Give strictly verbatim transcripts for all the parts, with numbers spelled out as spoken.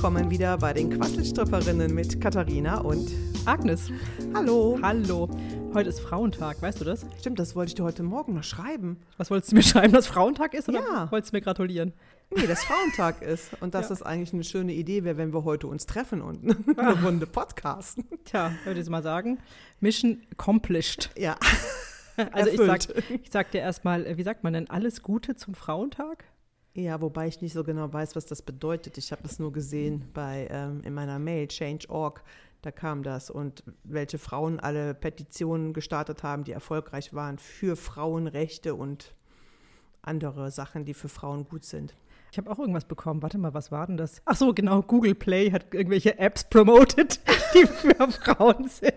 willkommen wieder bei den Quasselstripperinnen mit Katharina und Agnes. Hallo. Hallo. Heute ist Frauentag, weißt du das? Stimmt, das wollte ich dir heute Morgen noch schreiben. Was wolltest du mir schreiben, dass Frauentag ist oder Ja. wolltest du mir gratulieren? Nee, dass Frauentag ist und dass Ja. das eigentlich eine schöne Idee wäre, wenn wir heute uns treffen und eine Runde podcasten. Tja, würde ich mal sagen, Mission accomplished. Ja, Also ich sag, erfüllt. ich sag dir erstmal, wie sagt man denn, alles Gute zum Frauentag? Ja, wobei ich nicht so genau weiß, was das bedeutet. Ich habe das nur gesehen bei ähm, in meiner Mail, change punkt org. Da kam das und welche Frauen alle Petitionen gestartet haben, die erfolgreich waren für Frauenrechte und andere Sachen, die für Frauen gut sind. Ich habe auch irgendwas bekommen. Warte mal, was war denn das? Ach so, genau, Google Play hat irgendwelche Apps promoted, die für Frauen sind.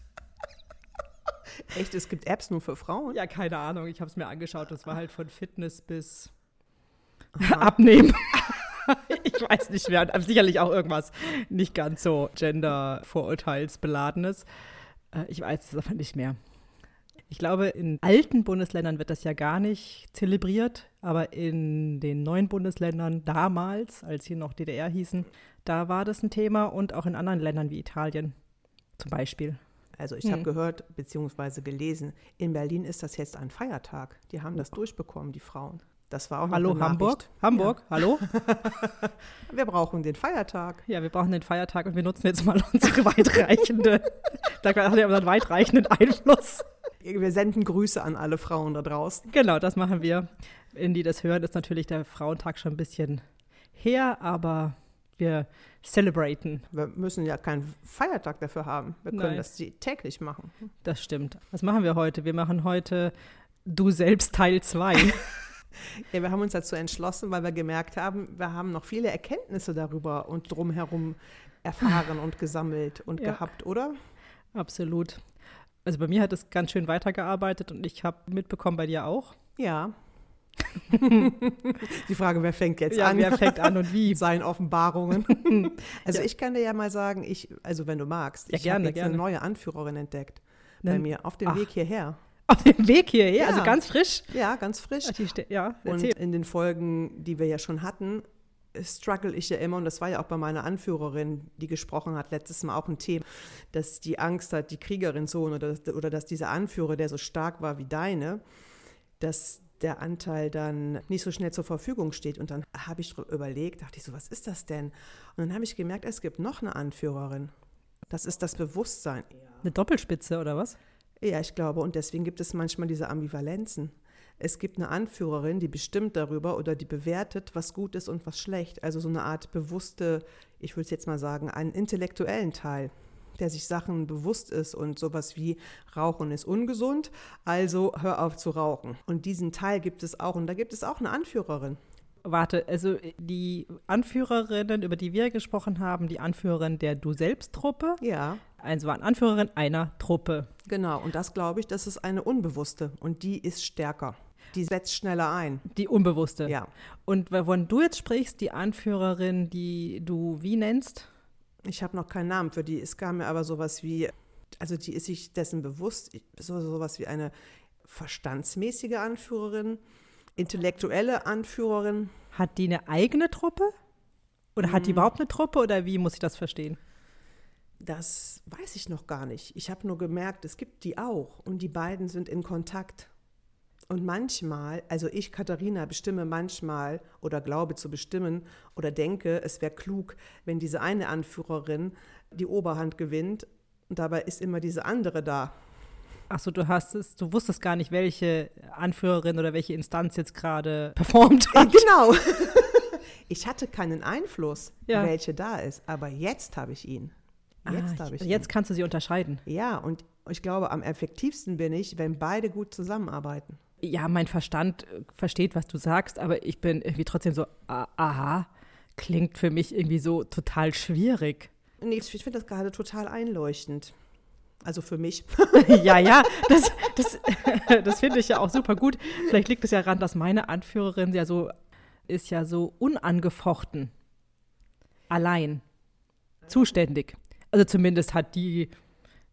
Echt, es gibt Apps nur für Frauen? Ja, keine Ahnung, ich habe es mir angeschaut. Das war halt von Fitness bis Aha. Abnehmen. Ich weiß nicht mehr. Aber sicherlich auch irgendwas nicht ganz so gender-vorurteilsbeladenes. Äh, Ich weiß es aber nicht mehr. Ich glaube, in alten Bundesländern wird das ja gar nicht zelebriert, aber in den neuen Bundesländern damals, als hier noch D D R hießen, da war das ein Thema und auch in anderen Ländern wie Italien zum Beispiel. Also ich Hm. habe gehört bzw. gelesen, in Berlin ist das jetzt ein Feiertag. Die haben das durchbekommen, die Frauen. Das war auch noch Hallo eine Hamburg? Nachricht. Hamburg, hallo? Ja. Wir brauchen den Feiertag. Ja, wir brauchen den Feiertag und wir nutzen jetzt mal unsere weitreichende, da hat ja unseren weitreichenden Einfluss. Wir senden Grüße an alle Frauen da draußen. Genau, das machen wir. Wenn die das hören, ist natürlich der Frauentag schon ein bisschen her, aber wir celebraten. Wir müssen ja keinen Feiertag dafür haben. Wir können Nein. das täglich machen. Das stimmt. Was machen wir heute? Wir machen heute Du selbst Teil zwei. Ja, wir haben uns dazu entschlossen, weil wir gemerkt haben, wir haben noch viele Erkenntnisse darüber und drumherum erfahren und gesammelt und Ja. gehabt, oder? Absolut. Also bei mir hat es ganz schön weitergearbeitet und ich habe mitbekommen, bei dir auch. Ja. Die Frage, wer fängt jetzt Ja, an? wer fängt an und wie? Mit seinen Offenbarungen. Also Ja. ich kann dir ja mal sagen, ich, also wenn du magst, Ja, ich gerne, habe jetzt gerne. eine neue Anführerin entdeckt bei Nen- mir auf dem Ach. Weg hierher. Auf dem Weg hierher, Ja. also ganz frisch. Ja, ganz frisch. Ach, die ste- Ja, Und erzähl. in den Folgen, die wir ja schon hatten, struggle ich ja immer, und das war ja auch bei meiner Anführerin, die gesprochen hat, letztes Mal auch ein Thema, dass die Angst hat, die Kriegerin so, oder, oder dass dieser Anführer, der so stark war wie deine, dass der Anteil dann nicht so schnell zur Verfügung steht. Und dann habe ich drüber überlegt, dachte ich so, was ist das denn? Und dann habe ich gemerkt, es gibt noch eine Anführerin. Das ist das Bewusstsein. Eine Doppelspitze oder was? Ja, ich glaube, und deswegen gibt es manchmal diese Ambivalenzen. Es gibt eine Anführerin, die bestimmt darüber oder die bewertet, was gut ist und was schlecht. Also so eine Art bewusste, ich würde es jetzt mal sagen, einen intellektuellen Teil, der sich Sachen bewusst ist und sowas wie Rauchen ist ungesund, also hör auf zu rauchen. Und diesen Teil gibt es auch und da gibt es auch eine Anführerin. Warte, also die Anführerinnen, über die wir gesprochen haben, die Anführerin der Du-Selbst-Truppe, Ja, also waren Anführerin einer Truppe. genau. Und das glaube ich, das ist eine unbewusste und die ist stärker. Die setzt schneller ein. Die Unbewusste. Ja. Und wovon du jetzt sprichst, die Anführerin, die du wie nennst? Ich habe noch keinen Namen für die. Es kam mir aber sowas wie, also die ist sich dessen bewusst, so sowas wie eine verstandsmäßige Anführerin, intellektuelle Anführerin. Hat die eine eigene Truppe? Oder hat die Hm. überhaupt eine Truppe? Oder wie muss ich das verstehen? Das weiß ich noch gar nicht. Ich habe nur gemerkt, es gibt die auch und die beiden sind in Kontakt. Und manchmal, also ich, Katharina, bestimme manchmal oder glaube zu bestimmen oder denke, es wäre klug, wenn diese eine Anführerin die Oberhand gewinnt und dabei ist immer diese andere da. Achso, du hast es, du wusstest gar nicht, welche Anführerin oder welche Instanz jetzt gerade performt Äh, hat. Genau. Ich hatte keinen Einfluss, Ja. welche da ist, aber jetzt habe ich ihn. Jetzt Ah, habe ich jetzt ihn. kannst du sie unterscheiden. Ja, und ich glaube, am effektivsten bin ich, wenn beide gut zusammenarbeiten. Ja, mein Verstand äh, versteht, was du sagst, aber ich bin irgendwie trotzdem so, ah, aha, klingt für mich irgendwie so total schwierig. Nee, ich finde das gerade total einleuchtend. Also für mich. Ja, ja, das, das, das finde ich ja auch super gut. Vielleicht liegt es ja daran, dass meine Anführerin ja so ist ja so unangefochten, allein, zuständig. Also zumindest hat die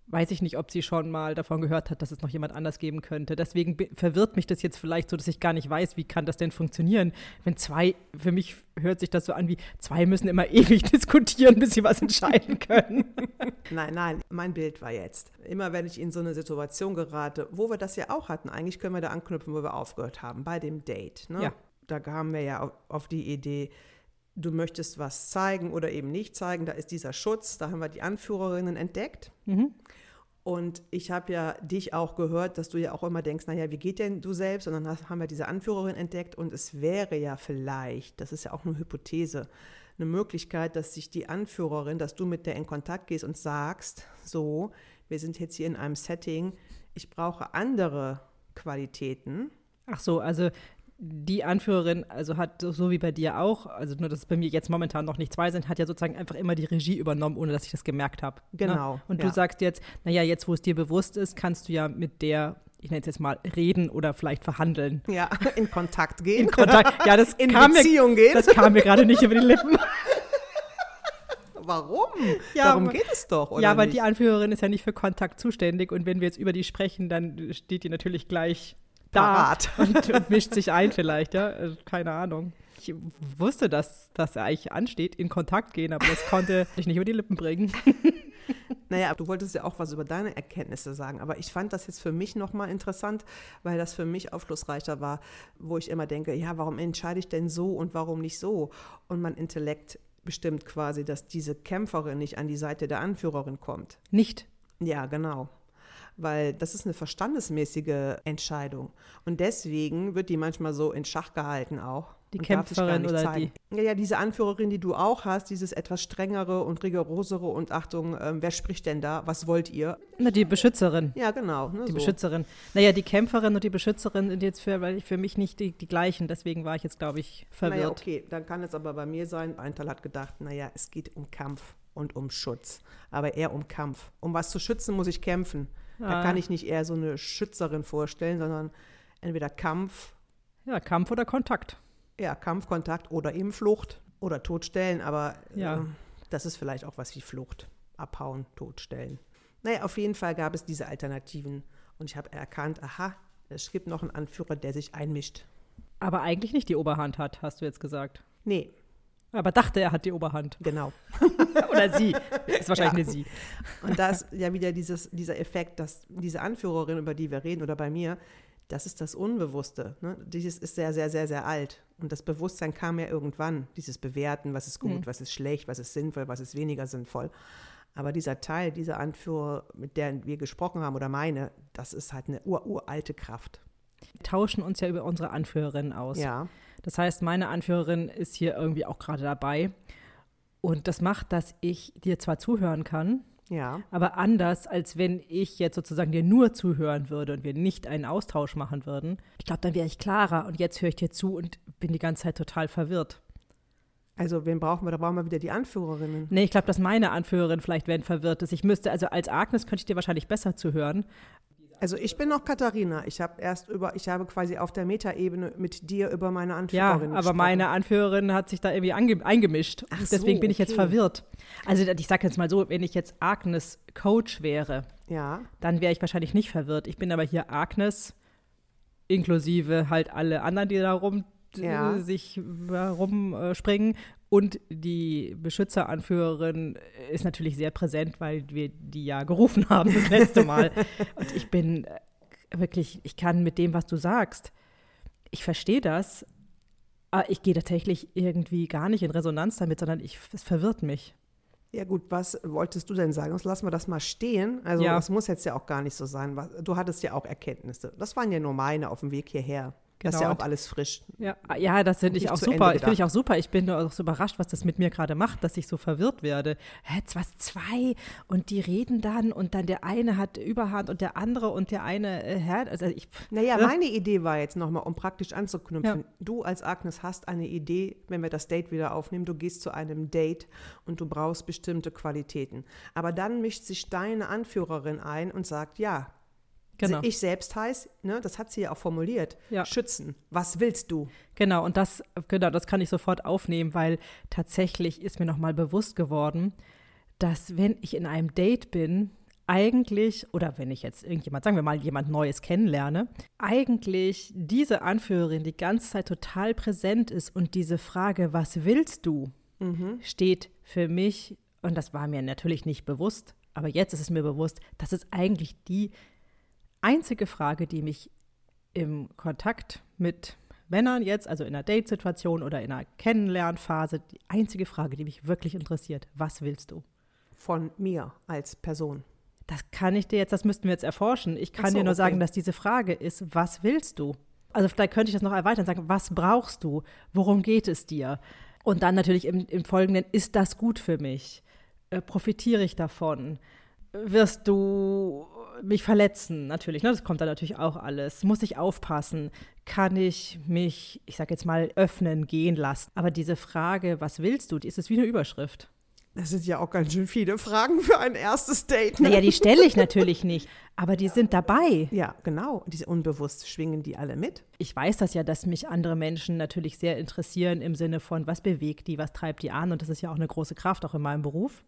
weiß ich nicht, ob sie schon mal davon gehört hat, dass es noch jemand anders geben könnte. Deswegen be- verwirrt mich das jetzt vielleicht so, dass ich gar nicht weiß, wie kann das denn funktionieren. Wenn zwei, für mich hört sich das so an wie, zwei müssen immer ewig diskutieren, bis sie was entscheiden können. Nein, nein, mein Bild war jetzt, immer wenn ich in so eine Situation gerate, wo wir das ja auch hatten, eigentlich können wir da anknüpfen, wo wir aufgehört haben, bei dem Date. Ne? Ja. Da kamen wir ja auf, auf die Idee, du möchtest was zeigen oder eben nicht zeigen, da ist dieser Schutz, da haben wir die Anführerinnen entdeckt. Mhm. Und ich habe ja dich auch gehört, dass du ja auch immer denkst, naja, wie geht denn du selbst? Und dann hast, haben wir diese Anführerin entdeckt und es wäre ja vielleicht, das ist ja auch eine Hypothese, eine Möglichkeit, dass sich die Anführerin, dass du mit der in Kontakt gehst und sagst, so, wir sind jetzt hier in einem Setting, ich brauche andere Qualitäten. Ach so, also die Anführerin, also hat so, so wie bei dir auch, also nur, dass es bei mir jetzt momentan noch nicht zwei sind, hat ja sozusagen einfach immer die Regie übernommen, ohne dass ich das gemerkt habe. Genau. Ne? Und ja. du sagst jetzt, naja, jetzt wo es dir bewusst ist, kannst du ja mit der, ich nenne es jetzt mal, reden oder vielleicht verhandeln. Ja, in Kontakt gehen. In Kontakt, ja, das in kam Beziehung mir, gehen. Das kam mir gerade nicht über die Lippen. Warum? Ja, Darum aber, geht es doch, oder Ja, weil nicht? die Anführerin ist ja nicht für Kontakt zuständig und wenn wir jetzt über die sprechen, dann steht die natürlich gleich Parat. da und, und mischt sich ein vielleicht, ja, also, keine Ahnung. Ich wusste, dass das eigentlich ansteht, in Kontakt gehen, aber das konnte ich nicht über die Lippen bringen. Naja, du wolltest ja auch was über deine Erkenntnisse sagen, aber ich fand das jetzt für mich nochmal interessant, weil das für mich aufschlussreicher war, wo ich immer denke, ja, warum entscheide ich denn so und warum nicht so? Und mein Intellekt bestimmt quasi, dass diese Kämpferin nicht an die Seite der Anführerin kommt. Nicht. Ja, genau. Weil das ist eine verstandesmäßige Entscheidung. Und deswegen wird die manchmal so in Schach gehalten auch. Die und darf sich gar Kämpferin nicht oder zeigen. Ja, ja, diese Anführerin, die du auch hast, dieses etwas strengere und rigorosere und Achtung, ähm, wer spricht denn da? Was wollt ihr? Na, die Beschützerin. Ja, genau. Ne, Die so. Beschützerin. Naja, die Kämpferin und die Beschützerin sind jetzt für, weil ich, für mich nicht die, die gleichen. Deswegen war ich jetzt, glaube ich, verwirrt. Naja, okay, dann kann es aber bei mir sein. Eintal hat gedacht, naja, es geht um Kampf und um Schutz. Aber eher um Kampf. Um was zu schützen, muss ich kämpfen. Da Ah. kann ich nicht eher so eine Schützerin vorstellen, sondern entweder Kampf, Ja, Kampf oder Kontakt. ja, Kampf, Kontakt oder eben Flucht oder Totstellen. Aber Ja. äh, das ist vielleicht auch was wie Flucht. Abhauen, totstellen. Naja, auf jeden Fall gab es diese Alternativen. Und ich habe erkannt, aha, es gibt noch einen Anführer, der sich einmischt. Aber eigentlich nicht die Oberhand hat, hast du jetzt gesagt. Nee, Aber dachte, er hat die Oberhand. genau. Oder sie. Ist wahrscheinlich Ja. eine sie. Und da ist ja wieder dieses, dieser Effekt, dass diese Anführerin, über die wir reden, oder bei mir, das ist das Unbewusste. Ne? Dieses ist sehr, sehr, sehr, sehr alt. Und das Bewusstsein kam ja irgendwann, dieses Bewerten, was ist gut, Mhm. was ist schlecht, was ist sinnvoll, was ist weniger sinnvoll. Aber dieser Teil, dieser Anführer, mit der wir gesprochen haben, oder meine, das ist halt eine ur, uralte Kraft. Wir tauschen uns ja über unsere Anführerin aus. Ja, Das heißt, meine Anführerin ist hier irgendwie auch gerade dabei. Und das macht, dass ich dir zwar zuhören kann, ja. aber anders, als wenn ich jetzt sozusagen dir nur zuhören würde und wir nicht einen Austausch machen würden. Ich glaube, dann wäre ich klarer. Und jetzt höre ich dir zu und bin die ganze Zeit total verwirrt. Also wen brauchen wir? Da brauchen wir wieder die Anführerinnen. Nee, ich glaube, dass meine Anführerin vielleicht wenn verwirrt ist. Ich müsste, also als Agnes könnte ich dir wahrscheinlich besser zuhören. Also ich bin noch Katharina. Ich habe erst über, ich habe quasi auf der Metaebene mit dir über meine Ja, Anführerin aber gesprochen. meine Anführerin hat sich da irgendwie ange- eingemischt. Ach so, Deswegen bin ich jetzt okay. verwirrt. Also ich sage jetzt mal so, wenn ich jetzt Agnes Coach wäre, Ja, dann wäre ich wahrscheinlich nicht verwirrt. Ich bin aber hier Agnes, inklusive halt alle anderen, die da rum Ja. äh, sich rumspringen. Und die Beschützeranführerin ist natürlich sehr präsent, weil wir die ja gerufen haben das letzte Mal. Und ich bin äh, wirklich, ich kann mit dem, was du sagst, ich verstehe das, aber ich gehe tatsächlich irgendwie gar nicht in Resonanz damit, sondern ich, es verwirrt mich. ja gut, was wolltest du denn sagen? Sonst lassen wir das mal stehen. Also Ja. das muss jetzt ja auch gar nicht so sein. Was- Du hattest ja auch Erkenntnisse. Das waren ja nur meine auf dem Weg hierher. Das ist Genau. ja auch alles frisch. Ja, ja, das finde ich Nicht auch zu super. Ende Ich finde ich gedacht. auch super. Ich bin nur auch so überrascht, was das mit mir gerade macht, dass ich so verwirrt werde. Hä, jetzt was zwei und die reden dann und dann der eine hat Überhand und der andere und der eine, äh, hä, also ich, Naja, Ja. meine Idee war jetzt nochmal, um praktisch anzuknüpfen. Du als Agnes hast eine Idee, wenn wir das Date wieder aufnehmen, du gehst zu einem Date und du brauchst bestimmte Qualitäten. Aber dann mischt sich deine Anführerin ein und sagt, ja, genau. ich selbst heißt, ne, das hat sie ja auch formuliert, Ja. schützen. Was willst du? Genau, und das, genau, das kann ich sofort aufnehmen, weil tatsächlich ist mir nochmal bewusst geworden, dass wenn ich in einem Date bin, eigentlich, oder wenn ich jetzt irgendjemand, sagen wir mal, jemand Neues kennenlerne, eigentlich diese Anführerin die ganze Zeit total präsent ist und diese Frage, was willst du, mhm. steht für mich, und das war mir natürlich nicht bewusst, aber jetzt ist es mir bewusst, das ist eigentlich die einzige Frage, die mich im Kontakt mit Männern jetzt, also in einer Date-Situation oder in einer Kennenlernphase, die einzige Frage, die mich wirklich interessiert, was willst du? Von mir als Person. Das kann ich dir jetzt, das müssten wir jetzt erforschen. Ich kann Ach so, dir nur okay. sagen, dass diese Frage ist, was willst du? Also vielleicht könnte ich das noch erweitern, sagen, was brauchst du? Worum geht es dir? Und dann natürlich im, im Folgenden, ist das gut für mich? Äh, profitiere ich davon? Wirst du mich verletzen? Natürlich, ne? Das kommt dann natürlich auch alles. Muss ich aufpassen? Kann ich mich, ich sag jetzt mal, öffnen, gehen lassen? Aber diese Frage, was willst du, die ist es wie eine Überschrift. Das sind ja auch ganz schön viele Fragen für ein erstes Date. Ne? Naja, die stelle ich natürlich nicht, aber die sind dabei. Ja, genau. Diese unbewusst schwingen die alle mit. Ich weiß das ja, dass mich andere Menschen natürlich sehr interessieren im Sinne von, was bewegt die, was treibt die an, und das ist ja auch eine große Kraft, auch in meinem Beruf.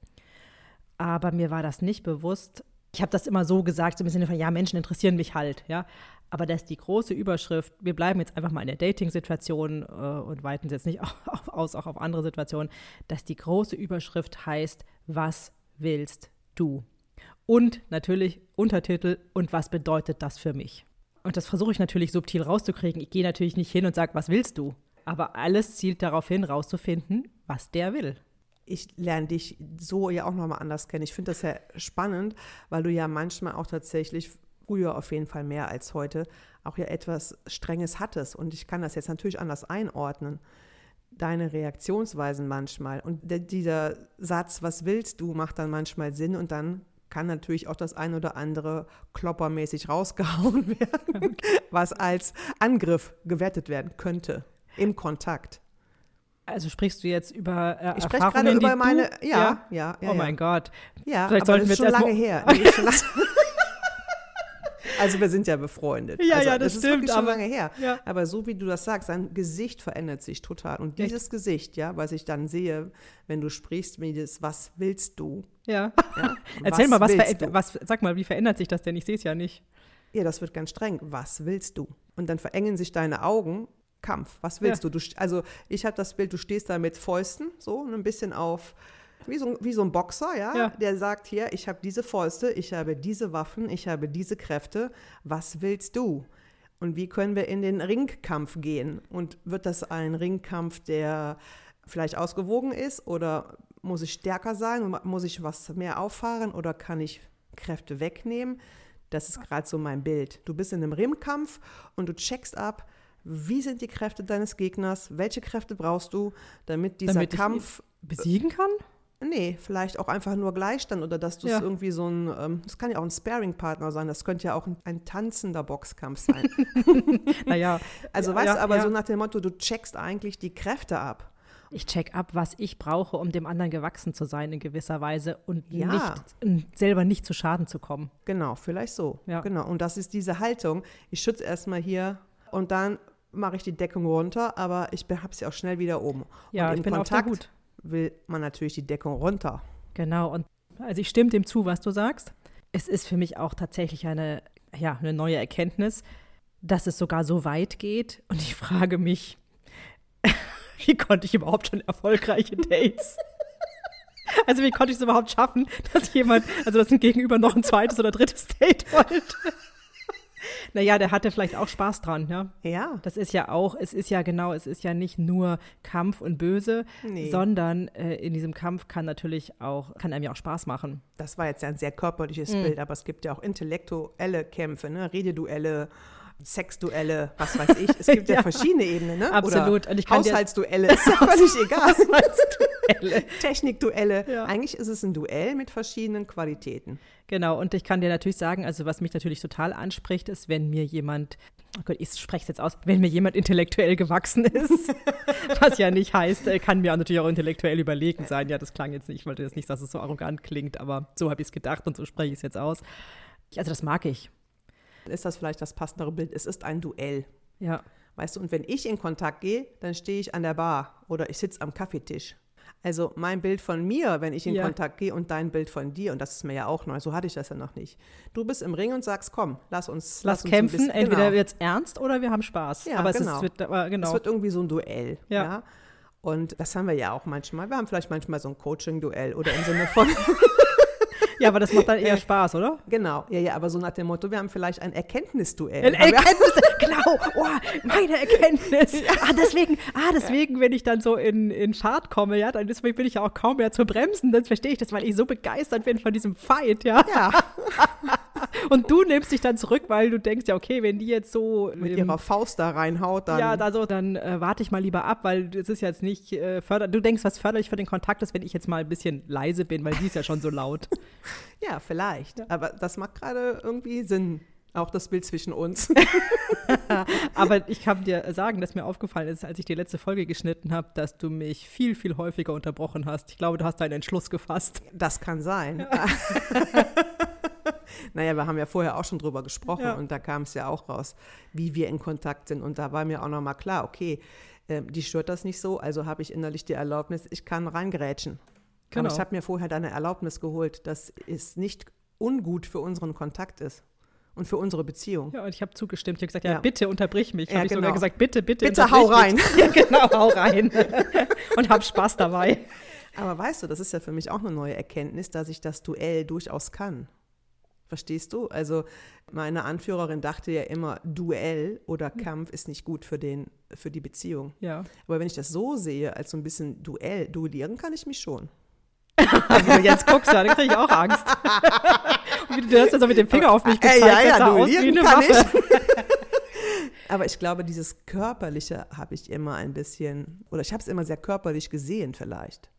Aber mir war das nicht bewusst. Ich habe das immer so gesagt, so im Sinne von, ja, Menschen interessieren mich halt, ja. Aber dass die große Überschrift, wir bleiben jetzt einfach mal in der Dating-Situation äh, und weiten es jetzt nicht auch, auch, aus, auch auf andere Situationen, dass die große Überschrift heißt, was willst du? Und natürlich Untertitel, und was bedeutet das für mich? Und das versuche ich natürlich subtil rauszukriegen. Ich gehe natürlich nicht hin und sage, was willst du? Aber alles zielt darauf hin, rauszufinden, was der will. Ich lerne dich so ja auch nochmal anders kennen. Ich finde das ja spannend, weil du ja manchmal auch tatsächlich, früher auf jeden Fall mehr als heute, auch ja etwas Strenges hattest. Und ich kann das jetzt natürlich anders einordnen. Deine Reaktionsweisen manchmal. Und de- dieser Satz, was willst du, macht dann manchmal Sinn, und dann kann natürlich auch das ein oder andere kloppermäßig rausgehauen werden, was als Angriff gewertet werden könnte im Kontakt. Also sprichst du jetzt über äh, Ich spreche Erfahrungen, gerade über die meine, du, ja, ja, ja, ja. Oh mein Gott. Ja, Vielleicht aber sollten das wir ist jetzt schon lange erst her. Nee, ist schon lange. Also wir sind ja befreundet. Ja, also, ja, das, das stimmt. ist wirklich schon aber, lange her. Ja. Aber so wie du das sagst, dein Gesicht verändert sich total. Und dieses Echt? Gesicht, ja, was ich dann sehe, wenn du sprichst, wie das, was willst du? Ja. ja Erzähl mal, was, ver- was, sag mal, wie verändert sich das denn? Ich sehe es ja nicht. Ja, das wird ganz streng. Was willst du? Und dann verengen sich deine Augen. Kampf. Was willst ja. du? du? Also ich habe das Bild, du stehst da mit Fäusten, so ein bisschen auf, wie so, wie so ein Boxer, ja? ja, der sagt hier, ich habe diese Fäuste, ich habe diese Waffen, ich habe diese Kräfte. Was willst du? Und wie können wir in den Ringkampf gehen? Und wird das ein Ringkampf, der vielleicht ausgewogen ist, oder muss ich stärker sein? Muss ich was mehr auffahren, oder kann ich Kräfte wegnehmen? Das ist gerade so mein Bild. Du bist in einem Ringkampf und du checkst ab, wie sind die Kräfte deines Gegners? Welche Kräfte brauchst du, damit dieser damit Kampf ich besiegen kann? Nee, vielleicht auch einfach nur Gleichstand, oder dass du es ja. irgendwie so ein, ähm, das kann ja auch ein Sparring-Partner sein, das könnte ja auch ein, ein tanzender Boxkampf sein. Naja. Also ja, weißt ja, du, aber ja. so nach dem Motto, du checkst eigentlich die Kräfte ab. Ich check ab, was ich brauche, um dem anderen gewachsen zu sein in gewisser Weise und ja. nicht, selber nicht zu Schaden zu kommen. Genau, vielleicht so. Ja. Genau. Und das ist diese Haltung, ich schütze erstmal hier und dann mache ich die Deckung runter, aber ich habe sie auch schnell wieder oben. Ja, und ich im bin Kontakt auch gut. will man natürlich die Deckung runter. Genau, und also ich stimme dem zu, was du sagst. Es ist für mich auch tatsächlich eine, ja, eine neue Erkenntnis, dass es sogar so weit geht. Und ich frage mich, wie konnte ich überhaupt schon erfolgreiche Dates? Also wie konnte ich es überhaupt schaffen, dass jemand, also dass ein Gegenüber noch ein zweites oder drittes Date wollte? Naja, der hatte vielleicht auch Spaß dran, ja. Ja. Das ist ja auch, es ist ja genau, es ist ja nicht nur Kampf und Böse, nee. sondern äh, in diesem Kampf kann natürlich auch, kann einem ja auch Spaß machen. Das war jetzt ja ein sehr körperliches mhm. Bild, aber es gibt ja auch intellektuelle Kämpfe, ne? Rededuelle, Sexduelle, was weiß ich. Es gibt ja, ja verschiedene Ebenen, ne? Absolut. Oder und ich kann Haushaltsduelle, ist ja völlig egal. Haushaltsduelle. Technikduelle. Ja. Eigentlich ist es ein Duell mit verschiedenen Qualitäten. Genau, und ich kann dir natürlich sagen, also was mich natürlich total anspricht, ist, wenn mir jemand, oh Gott, ich spreche es jetzt aus, wenn mir jemand intellektuell gewachsen ist, was ja nicht heißt, kann mir auch natürlich auch intellektuell überlegen sein. Ja, das klang jetzt nicht, ich wollte jetzt nicht, dass es so arrogant klingt, aber so habe ich es gedacht und so spreche ich es jetzt aus. Also das mag ich. Ist das vielleicht das passendere Bild? Es ist ein Duell. Ja. Weißt du, und wenn ich in Kontakt gehe, dann stehe ich an der Bar oder ich sitze am Kaffeetisch. Also mein Bild von mir, wenn ich in Ja. Kontakt gehe und dein Bild von dir, und das ist mir ja auch neu, so hatte ich das ja noch nicht. Du bist im Ring und sagst, komm, lass uns Lass uns kämpfen, ein bisschen, entweder genau. wird's ernst oder wir haben Spaß. Ja, aber es genau. ist, wird, aber genau. Es wird irgendwie so ein Duell. Ja. Ja. Und das haben wir ja auch manchmal. Wir haben vielleicht manchmal so ein Coaching-Duell oder im Sinne von, ja, aber das macht dann eher Spaß, oder? genau, ja, ja, aber so nach dem Motto, wir haben vielleicht ein Erkenntnisduell. Ein Haben wir- Erkenntnisse, genau, oh, meine Erkenntnis. Ah, deswegen, ah, deswegen, wenn ich dann so in, in Fahrt komme, ja, dann deswegen bin ich ja auch kaum mehr zu bremsen, dann verstehe ich das, weil ich so begeistert bin von diesem Fight, ja. Ja, Und du nimmst dich dann zurück, weil du denkst, ja, okay, wenn die jetzt so mit ähm, ihrer Faust da reinhaut, dann. ja, also dann äh, warte ich mal lieber ab, weil es ist jetzt nicht äh, förder. Du denkst, was förderlich für den Kontakt ist, wenn ich jetzt mal ein bisschen leise bin, weil die ist ja schon so laut. Ja, vielleicht. Aber das macht gerade irgendwie Sinn. Auch das Bild zwischen uns. Aber ich kann dir sagen, dass mir aufgefallen ist, als ich die letzte Folge geschnitten habe, dass du mich viel, viel häufiger unterbrochen hast. Ich glaube, du hast deinen Entschluss gefasst. Das kann sein. Naja, wir haben ja vorher auch schon drüber gesprochen Ja. und da kam es ja auch raus, wie wir in Kontakt sind. Und da war mir auch nochmal klar, okay, äh, die stört das nicht so, also habe ich innerlich die Erlaubnis, ich kann reingrätschen. Genau. Aber ich habe mir vorher deine Erlaubnis geholt, dass es nicht ungut für unseren Kontakt ist und für unsere Beziehung. Ja, und ich habe zugestimmt. Ich habe gesagt, ja, Ja. bitte unterbrich mich. Ja, Habe ich sogar genau. gesagt, bitte, bitte Bitte unterbrich hau rein. mich. Ja, genau, hau rein. Und hab Spaß dabei. Aber weißt du, das ist ja für mich auch eine neue Erkenntnis, dass ich das Duell durchaus kann. Verstehst du? Also meine Anführerin dachte ja immer, Duell oder Kampf ist nicht gut für, den, für die Beziehung. Ja. Aber wenn ich das so sehe, als so ein bisschen Duell, duellieren kann ich mich schon. Wie du jetzt guckst, ja, dann kriege ich auch Angst. Und wie du du hast ja so mit dem Finger auf mich Äh, gezeigt, ja, ja, das sah aus wie duellieren eine kann Waffe. Aber ich glaube, dieses Körperliche habe ich immer ein bisschen, oder ich habe es immer sehr körperlich gesehen vielleicht.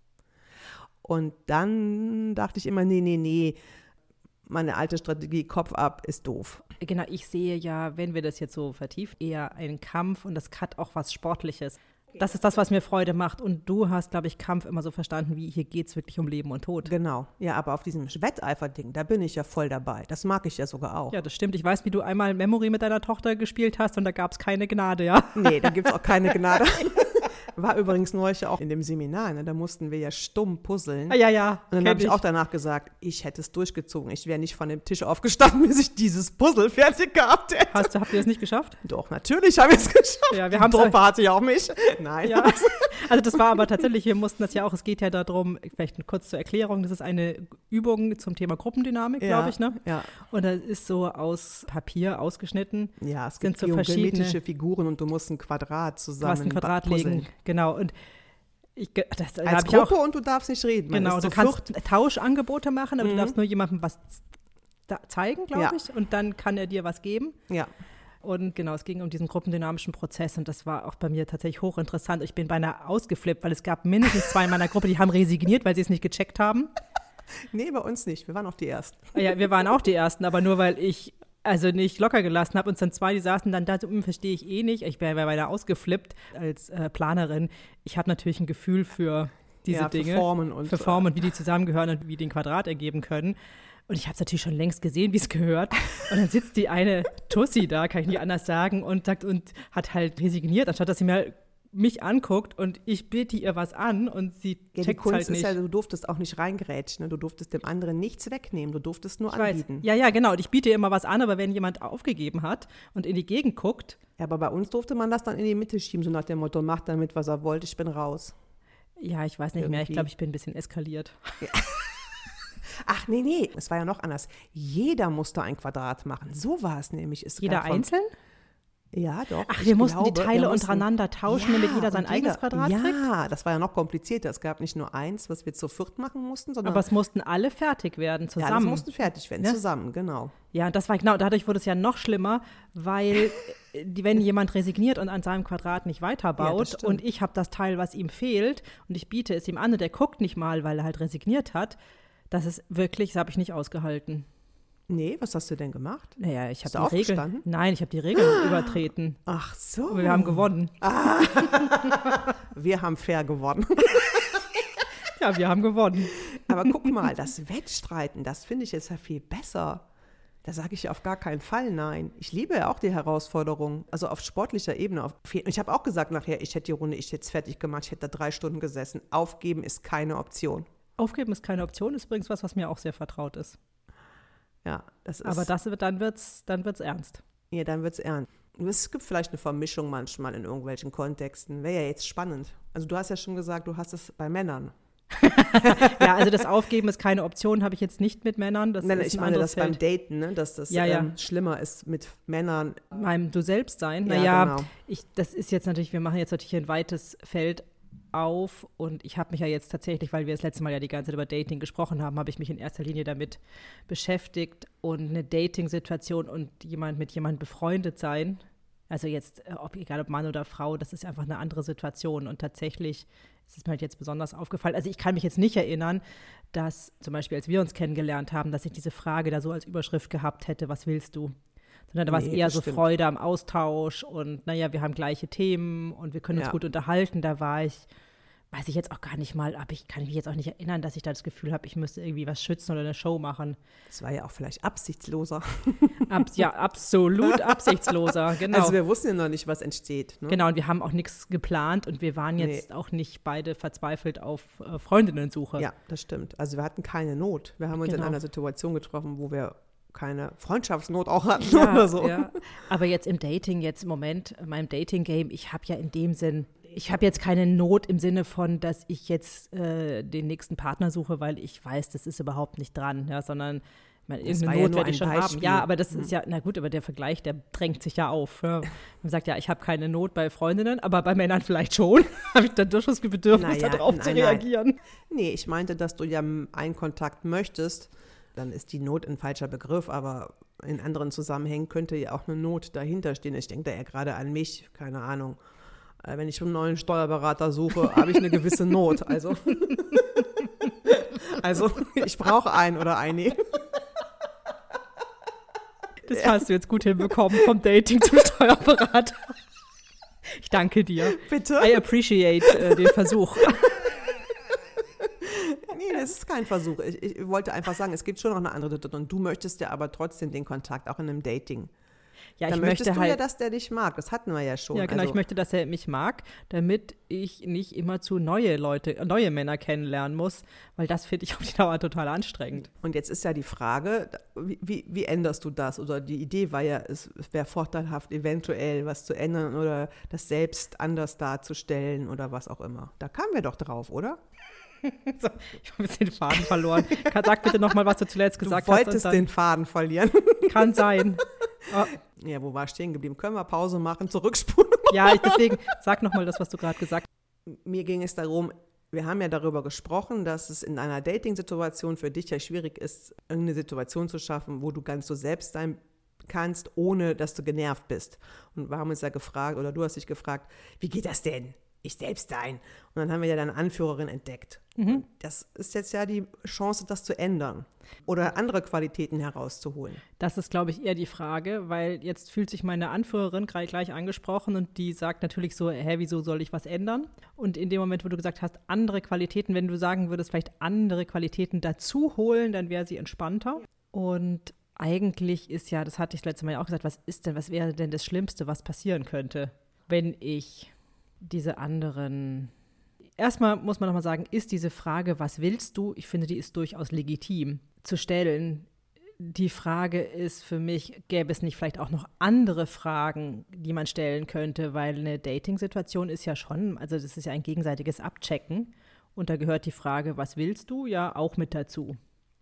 Und dann dachte ich immer, nee, nee, nee, meine alte Strategie, Kopf ab, ist doof. Genau, ich sehe ja, wenn wir das jetzt so vertiefen, eher einen Kampf und das hat auch was Sportliches. Das ist das, was mir Freude macht. Und du hast, glaube ich, Kampf immer so verstanden, wie hier geht es wirklich um Leben und Tod. Genau, ja, aber auf diesem Wetteifer-Ding, da bin ich ja voll dabei. Das mag ich ja sogar auch. Ja, das stimmt. Ich weiß, wie du einmal Memory mit deiner Tochter gespielt hast und da gab es keine Gnade, ja. Nee, da gibt es auch keine Gnade. War übrigens neulich auch in dem Seminar, ne? Da mussten wir ja stumm puzzeln. Ah, ja, ja. Und dann kenn habe ich auch danach gesagt, ich hätte es durchgezogen. Ich wäre nicht von dem Tisch aufgestanden, bis ich dieses Puzzle fertig gehabt hätte. Hast du, habt ihr das nicht geschafft? Doch, natürlich habe ich es geschafft. Ja, wir Die haben's- Truppe hatte ja auch mich. Nein. Ja. Also das war aber tatsächlich, wir mussten das ja auch, es geht ja darum, vielleicht kurz zur Erklärung, das ist eine Übung zum Thema Gruppendynamik, Ja, glaube ich, ne? Ja. Und das ist so aus Papier ausgeschnitten. Ja, es Sind gibt so geometrische verschiedene- Figuren und du musst ein Quadrat Du zusammen hast ein Quadrat puzzeln. legen, genau. Und ich, ge- das da Als hab ich auch, Gruppe und du darfst nicht reden. Man genau, ist du zu kannst viert. Tauschangebote machen, aber Mhm. du darfst nur jemandem was da zeigen, glaube Ja. ich, und dann kann er dir was geben. Ja. Und genau, es ging um diesen gruppendynamischen Prozess und das war auch bei mir tatsächlich hochinteressant. Ich bin beinahe ausgeflippt, weil es gab mindestens zwei in meiner Gruppe, die haben resigniert, weil sie es nicht gecheckt haben. Nee, bei uns nicht. Wir waren auch die Ersten. Ja, wir waren auch die Ersten, aber nur weil ich also nicht locker gelassen habe. Und dann zwei, die saßen dann da, so, hm, verstehe ich eh nicht. Ich wäre beinahe ausgeflippt als äh, Planerin. Ich habe natürlich ein Gefühl für diese ja, für Dinge. Formen und für Formen und wie die zusammengehören und wie die ein Quadrat ergeben können. Und ich habe es natürlich schon längst gesehen, wie es gehört. Und dann sitzt die eine Tussi da, kann ich nicht anders sagen, und sagt und hat halt resigniert, anstatt dass sie mir mich anguckt und ich biete ihr was an und sie Ja, die checkt Kunst halt nicht. ist ja, du durftest auch nicht reingrätschen. Ne? Du durftest dem anderen nichts wegnehmen. Du durftest nur Ich weiß. anbieten. Ja, ja, genau. Und ich biete ihr immer was an, aber wenn jemand aufgegeben hat und in die Gegend guckt, Ja, aber bei uns durfte man das dann in die Mitte schieben, so nach dem Motto, macht damit, was er wollte, ich bin raus. ja, ich weiß nicht mehr. Ich Irgendwie. glaube, ich bin ein bisschen eskaliert. Ach, nee, nee, es war ja noch anders. Jeder musste ein Quadrat machen. So war es nämlich. Es Jeder gab von- einzeln? Ja, doch. Ach, ich wir mussten die glaube, Teile wir mussten- untereinander tauschen, damit jeder sein und eigenes Quadrat ja, kriegt? Ja, das war ja noch komplizierter. Es gab nicht nur eins, was wir zu viert machen mussten, sondern Aber es mussten alle fertig werden ja, zusammen. das mussten fertig werden, Ja. zusammen, genau. Ja, und das war genau, dadurch wurde es ja noch schlimmer, weil äh, die, wenn jemand resigniert und an seinem Quadrat nicht Ja, weiterbaut das stimmt. und ich habe das Teil, was ihm fehlt und ich biete es ihm an und der guckt nicht mal, weil er halt resigniert hat, das ist wirklich, das habe ich nicht ausgehalten. Nee, was hast du denn gemacht? Naja, ich Bist habe du die Regeln, aufgestanden? nein, ich habe die Regeln übertreten. Ach so. Aber wir haben gewonnen. Wir haben fair gewonnen. Ja, wir haben gewonnen. Aber guck mal, das Wettstreiten, das finde ich jetzt ja viel besser. Da sage ich auf gar keinen Fall nein. Ich liebe ja auch die Herausforderung, also auf sportlicher Ebene. Auf, ich habe auch gesagt nachher, ich hätte die Runde, ich hätte es fertig gemacht, ich hätte da drei Stunden gesessen. Aufgeben ist keine Option. Aufgeben ist keine Option, ist übrigens was, was mir auch sehr vertraut ist. Ja, das ist. Aber das wird, dann wird es dann wird's ernst. Ja, dann wird es ernst. Es gibt vielleicht eine Vermischung manchmal in irgendwelchen Kontexten. Wäre ja jetzt spannend. Also du hast ja schon gesagt, du hast es bei Männern. Ja, also das Aufgeben ist keine Option, habe ich jetzt nicht mit Männern. Das Nein, ist ich ein meine das Feld. beim Daten, ne? Dass das ja, ja. Ähm, schlimmer ist mit Männern. Beim Du selbst sein. Ja, naja, genau. ich, das ist jetzt natürlich, wir machen jetzt natürlich ein weites Feld auf und ich habe mich ja jetzt tatsächlich, weil wir das letzte Mal ja die ganze Zeit über Dating gesprochen haben, habe ich mich in erster Linie damit beschäftigt und eine Dating-Situation und jemand mit jemandem befreundet sein, also jetzt, ob, egal ob Mann oder Frau, das ist einfach eine andere Situation und tatsächlich ist es mir halt jetzt besonders aufgefallen. Also ich kann mich jetzt nicht erinnern, dass zum Beispiel, als wir uns kennengelernt haben, dass ich diese Frage da so als Überschrift gehabt hätte, was willst du? Sondern da war es Nee, eher so stimmt. Freude am Austausch und naja, wir haben gleiche Themen und wir können uns Ja. gut unterhalten. Da war ich, weiß ich jetzt auch gar nicht mal, aber ich kann mich jetzt auch nicht erinnern, dass ich da das Gefühl habe, ich müsste irgendwie was schützen oder eine Show machen. Das war ja auch vielleicht absichtsloser. Abs- ja, absolut absichtsloser, genau. Also wir wussten ja noch nicht, was entsteht. Ne? Genau, und wir haben auch nichts geplant und wir waren jetzt Nee. auch nicht beide verzweifelt auf äh, Freundinnensuche. Ja, das stimmt. Also wir hatten keine Not. Wir haben uns in Genau. einer Situation getroffen, wo wir keine Freundschaftsnot auch hatten Ja, oder so. ja. Aber jetzt im Dating, jetzt im Moment, in meinem Dating-Game, ich habe ja in dem Sinn, ich habe jetzt keine Not im Sinne von, dass ich jetzt äh, den nächsten Partner suche, weil ich weiß, das ist überhaupt nicht dran, ja, sondern ich meine, Das irgendeine war ja Not nur werde ich ein schon haben. Beispiel. Ja, aber das Mhm. ist ja, na gut, aber der Vergleich, der drängt sich ja auf. Ja. Man sagt ja, ich habe keine Not bei Freundinnen, aber bei Männern vielleicht schon. Habe ich dann durchaus das Bedürfnis, Naja, darauf nein, zu nein. reagieren. Nee, ich meinte, dass du ja einen Kontakt möchtest. Dann ist die Not ein falscher Begriff, aber in anderen Zusammenhängen könnte ja auch eine Not dahinter stehen. Ich denke da ja gerade an mich, keine Ahnung. Äh, Wenn ich einen neuen Steuerberater suche, habe ich eine gewisse Not. Also, also ich brauche einen oder eine. Das hast du jetzt gut hinbekommen, vom Dating zum Steuerberater. Ich danke dir. Bitte? I appreciate äh, den Versuch. Nee, das ist kein Versuch. Ich, ich wollte einfach sagen, es gibt schon noch eine andere Situation. Und du möchtest ja aber trotzdem den Kontakt, auch in einem Dating. Ja, Dann ich möchtest möchte du halt, ja, dass der dich mag. Das hatten wir ja schon. ja, genau, also, ich möchte, dass er mich mag, damit ich nicht immer zu neue Leute, äh, neue Männer kennenlernen muss, weil das finde ich auf die Dauer total anstrengend. Und jetzt ist ja die Frage, wie, wie, wie änderst du das? Oder die Idee war ja, es, es wäre vorteilhaft, eventuell was zu ändern oder das selbst anders darzustellen oder was auch immer. Da kamen wir doch drauf, oder? So, ich habe jetzt den Faden verloren. Kann, sag bitte nochmal, was du zuletzt gesagt du hast. wolltest und den Faden verlieren. dann kann sein. Oh, Ja, wo war ich stehen geblieben? Können wir Pause machen, zurückspulen? ja, ich, deswegen sag nochmal das, was du gerade gesagt hast. Mir ging es darum, wir haben ja darüber gesprochen, dass es in einer Dating-Situation für dich ja schwierig ist, irgendeine Situation zu schaffen, wo du ganz so selbst sein kannst, ohne dass du genervt bist. Und wir haben uns ja gefragt, oder du hast dich gefragt, wie geht das denn? Ich selbst sein. Und dann haben wir ja deine Anführerin entdeckt. Mhm. Das ist jetzt ja die Chance, das zu ändern oder andere Qualitäten herauszuholen. Das ist, glaube ich, eher die Frage, weil jetzt fühlt sich meine Anführerin gerade gleich angesprochen und die sagt natürlich so, hä, wieso soll ich was ändern? Und in dem Moment, wo du gesagt hast, andere Qualitäten, wenn du sagen würdest, vielleicht andere Qualitäten dazu holen, dann wäre sie entspannter. Und eigentlich ist ja, das hatte ich das letzte Mal ja auch gesagt, was ist denn, was wäre denn das Schlimmste, was passieren könnte, wenn ich diese anderen. Erstmal muss man nochmal sagen, ist diese Frage, was willst du? Ich finde, die ist durchaus legitim zu stellen. Die Frage ist für mich, gäbe es nicht vielleicht auch noch andere Fragen, die man stellen könnte, weil eine Dating-Situation ist ja schon, also das ist ja ein gegenseitiges Abchecken und da gehört die Frage, was willst du, ja auch mit dazu.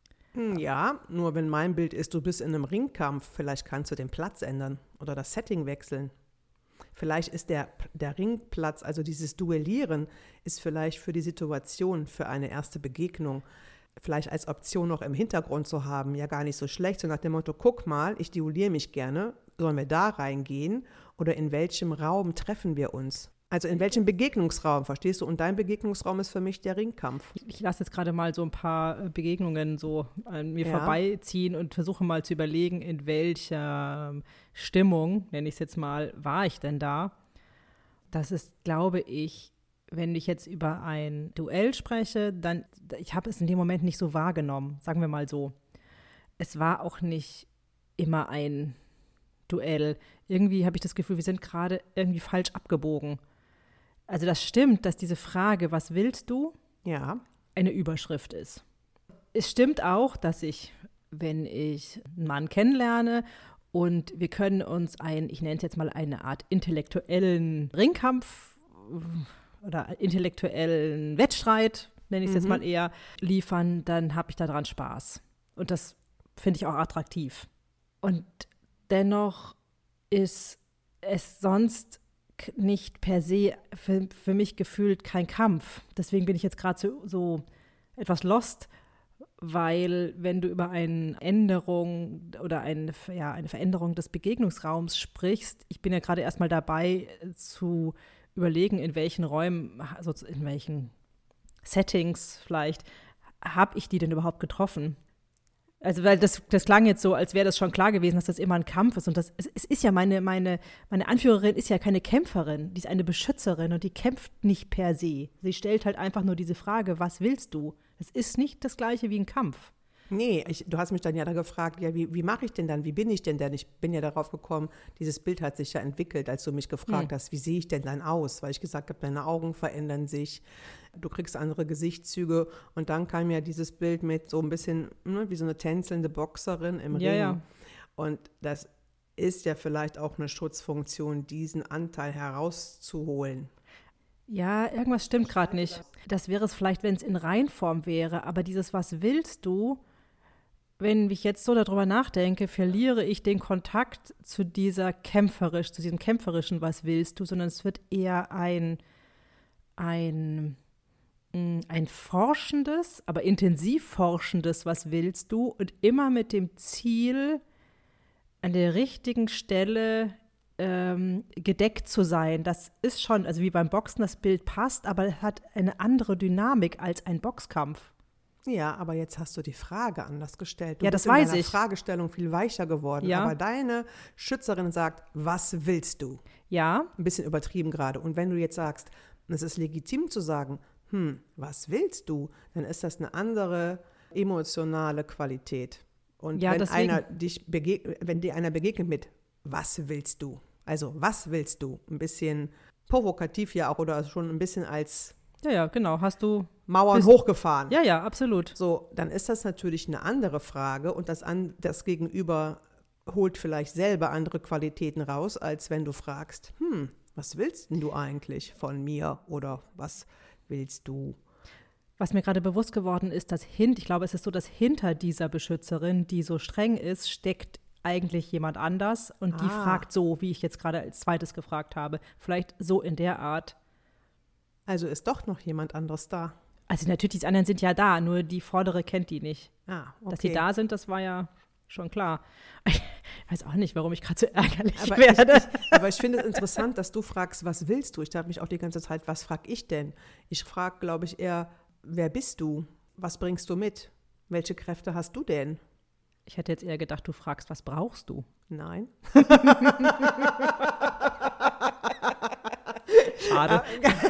Hm, Ja, nur wenn mein Bild ist, du bist in einem Ringkampf, vielleicht kannst du den Platz ändern oder das Setting wechseln. Vielleicht ist der, der Ringplatz, also dieses Duellieren, ist vielleicht für die Situation, für eine erste Begegnung, vielleicht als Option noch im Hintergrund zu haben, ja gar nicht so schlecht. So nach dem Motto, guck mal, ich duelliere mich gerne, sollen wir da reingehen oder in welchem Raum treffen wir uns? Also in welchem Begegnungsraum, verstehst du? Und dein Begegnungsraum ist für mich der Ringkampf. Ich lasse jetzt gerade mal so ein paar äh, Begegnungen so an mir Ja. vorbeiziehen und versuche mal zu überlegen, in welcher ähm, Stimmung, nenne ich es jetzt mal, war ich denn da? Das ist, glaube ich, wenn ich jetzt über ein Duell spreche, dann, ich habe es in dem Moment nicht so wahrgenommen, sagen wir mal so. Es war auch nicht immer ein Duell. Irgendwie habe ich das Gefühl, wir sind gerade irgendwie falsch abgebogen. Also das stimmt, dass diese Frage, was willst du, Ja. eine Überschrift ist. Es stimmt auch, dass ich, wenn ich einen Mann kennenlerne und wir können uns ein, ich nenne es jetzt mal eine Art intellektuellen Ringkampf oder intellektuellen Wettstreit, nenne ich es Mhm. jetzt mal eher, liefern, dann habe ich daran Spaß. Und das finde ich auch attraktiv. Und dennoch ist es sonst nicht per se für, für mich gefühlt kein Kampf. Deswegen bin ich jetzt gerade so, so etwas lost, weil wenn du über eine Änderung oder eine, ja, eine Veränderung des Begegnungsraums sprichst, ich bin ja gerade erstmal dabei zu überlegen, in welchen Räumen, also in welchen Settings vielleicht, habe ich die denn überhaupt getroffen? Also, weil das, das klang jetzt so, als wäre das schon klar gewesen, dass das immer ein Kampf ist. Und das, es, es ist ja, meine, meine, meine Anführerin ist ja keine Kämpferin, die ist eine Beschützerin und die kämpft nicht per se. Sie stellt halt einfach nur diese Frage, was willst du? Es ist nicht das Gleiche wie ein Kampf. Nee, ich, du hast mich dann ja da gefragt, ja, wie, wie mache ich denn dann, wie bin ich denn denn? Ich bin ja darauf gekommen, dieses Bild hat sich ja entwickelt, als du mich gefragt Hm. hast, wie sehe ich denn dann aus? Weil ich gesagt habe, deine Augen verändern sich, du kriegst andere Gesichtszüge und dann kam ja dieses Bild mit so ein bisschen, ne, wie so eine tänzelnde Boxerin im Ja, Ring. ja. Und das ist ja vielleicht auch eine Schutzfunktion, diesen Anteil herauszuholen. Ja, irgendwas stimmt gerade nicht. Das wäre es vielleicht, wenn es in Reinform wäre, aber dieses was willst du, wenn ich jetzt so darüber nachdenke, verliere ich den Kontakt zu dieser kämpferisch, zu diesem kämpferischen was willst du, sondern es wird eher ein, ein, mh, ein forschendes, aber intensiv forschendes was willst du und immer mit dem Ziel, an der richtigen Stelle ähm, gedeckt zu sein. Das ist schon, also wie beim Boxen, das Bild passt, aber es hat eine andere Dynamik als ein Boxkampf. Ja, aber jetzt hast du die Frage anders gestellt. Du Ja, bist das weiß in deiner ich. Fragestellung viel weicher geworden. Ja. Aber deine Schützerin sagt, was willst du? Ja, Ein bisschen übertrieben gerade. Und wenn du jetzt sagst, es ist legitim zu sagen, hm, was willst du? Dann ist das eine andere emotionale Qualität. Und Ja, wenn deswegen- einer dich begeg- wenn dir einer begegnet mit, was willst du? Also, was willst du? Ein bisschen provokativ ja auch oder schon ein bisschen als ja, ja, genau, hast du, Mauern Bist- hochgefahren. ja, ja, absolut. So, dann ist das natürlich eine andere Frage und das, an, das Gegenüber holt vielleicht selber andere Qualitäten raus, als wenn du fragst, hm, was willst denn du eigentlich von mir oder was willst du? Was mir gerade bewusst geworden ist, dass hint, ich glaube, es ist so, dass hinter dieser Beschützerin, die so streng ist, steckt eigentlich jemand anders und die Ah. fragt so, wie ich jetzt gerade als zweites gefragt habe. Vielleicht so in der Art. Also ist doch noch jemand anderes da. Also natürlich, die anderen sind ja da, nur die vordere kennt die nicht. Ah, okay. Dass sie da sind, das war ja schon klar. Ich weiß auch nicht, warum ich gerade so ärgerlich Aber werde. ich, ich, aber ich finde es interessant, dass du fragst, was willst du? Ich dachte mich auch die ganze Zeit, was frag ich denn? Ich frage, glaube ich, eher, wer bist du? Was bringst du mit? Welche Kräfte hast du denn? Ich hätte jetzt eher gedacht, du fragst, was brauchst du? Nein. Schade.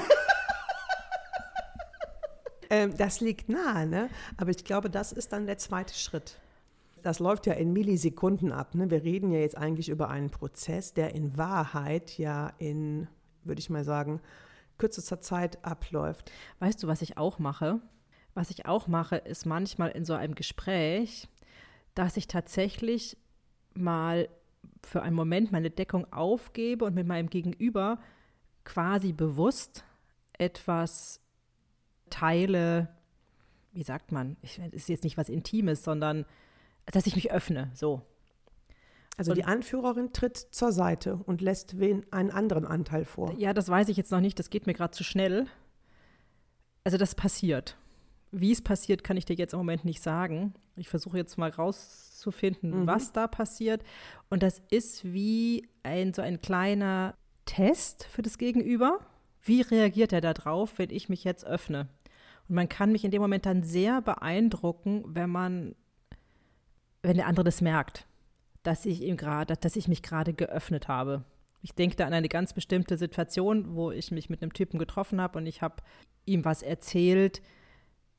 Ähm, das liegt nahe, ne? Aber ich glaube, das ist dann der zweite Schritt. Das läuft ja in Millisekunden ab. Ne? Wir reden ja jetzt eigentlich über einen Prozess, der in Wahrheit ja in, würde ich mal sagen, kürzester Zeit abläuft. Weißt du, was ich auch mache? Was ich auch mache, ist manchmal in so einem Gespräch, dass ich tatsächlich mal für einen Moment meine Deckung aufgebe und mit meinem Gegenüber quasi bewusst etwas teile, wie sagt man, es ist jetzt nicht was Intimes, sondern dass ich mich öffne, so. Also Und- die Anführerin tritt zur Seite und lässt wen einen anderen Anteil vor. Ja, das weiß ich jetzt noch nicht, das geht mir gerade zu schnell. Also das passiert. Wie es passiert, kann ich dir jetzt im Moment nicht sagen. Ich versuche jetzt mal rauszufinden, Mhm. was da passiert. Und das ist wie ein so ein kleiner Test für das Gegenüber. Wie reagiert er darauf, wenn ich mich jetzt öffne? Und man kann mich in dem Moment dann sehr beeindrucken, wenn man, wenn der andere das merkt, dass ich ihm gerade, dass ich mich gerade geöffnet habe. Ich denke da an eine ganz bestimmte Situation, wo ich mich mit einem Typen getroffen habe und ich habe ihm was erzählt,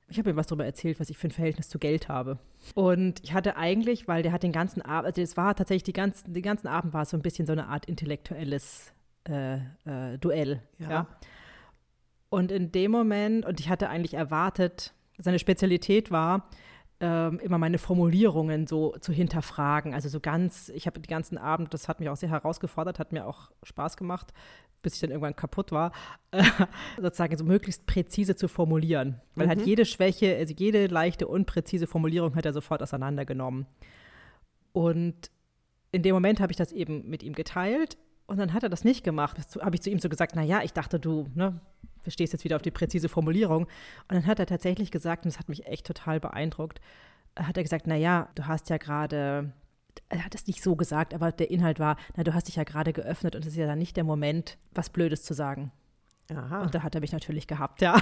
Ich habe ihm was darüber erzählt, was ich für ein Verhältnis zu Geld habe. Und ich hatte eigentlich, weil der hat den ganzen Abend, also es war tatsächlich, die ganzen, den ganzen Abend war es so ein bisschen so eine Art intellektuelles äh, äh, Duell. Ja. ja. Und in dem Moment, und ich hatte eigentlich erwartet, seine Spezialität war, ähm, immer meine Formulierungen so zu hinterfragen. Also so ganz, ich habe den ganzen Abend, das hat mich auch sehr herausgefordert, hat mir auch Spaß gemacht, bis ich dann irgendwann kaputt war, äh, sozusagen so möglichst präzise zu formulieren. Weil mhm. halt jede Schwäche, also jede leichte, unpräzise Formulierung hat er sofort auseinandergenommen. Und in dem Moment habe ich das eben mit ihm geteilt und dann hat er das nicht gemacht. Das habe ich zu ihm so gesagt, naja, ich dachte, du ne, stehst jetzt wieder auf die präzise Formulierung. Und dann hat er tatsächlich gesagt, und das hat mich echt total beeindruckt, hat er gesagt, naja, du hast ja gerade, er hat es nicht so gesagt, aber der Inhalt war, na, du hast dich ja gerade geöffnet und es ist ja dann nicht der Moment, was Blödes zu sagen. Aha. Und da hat er mich natürlich gehabt, ja.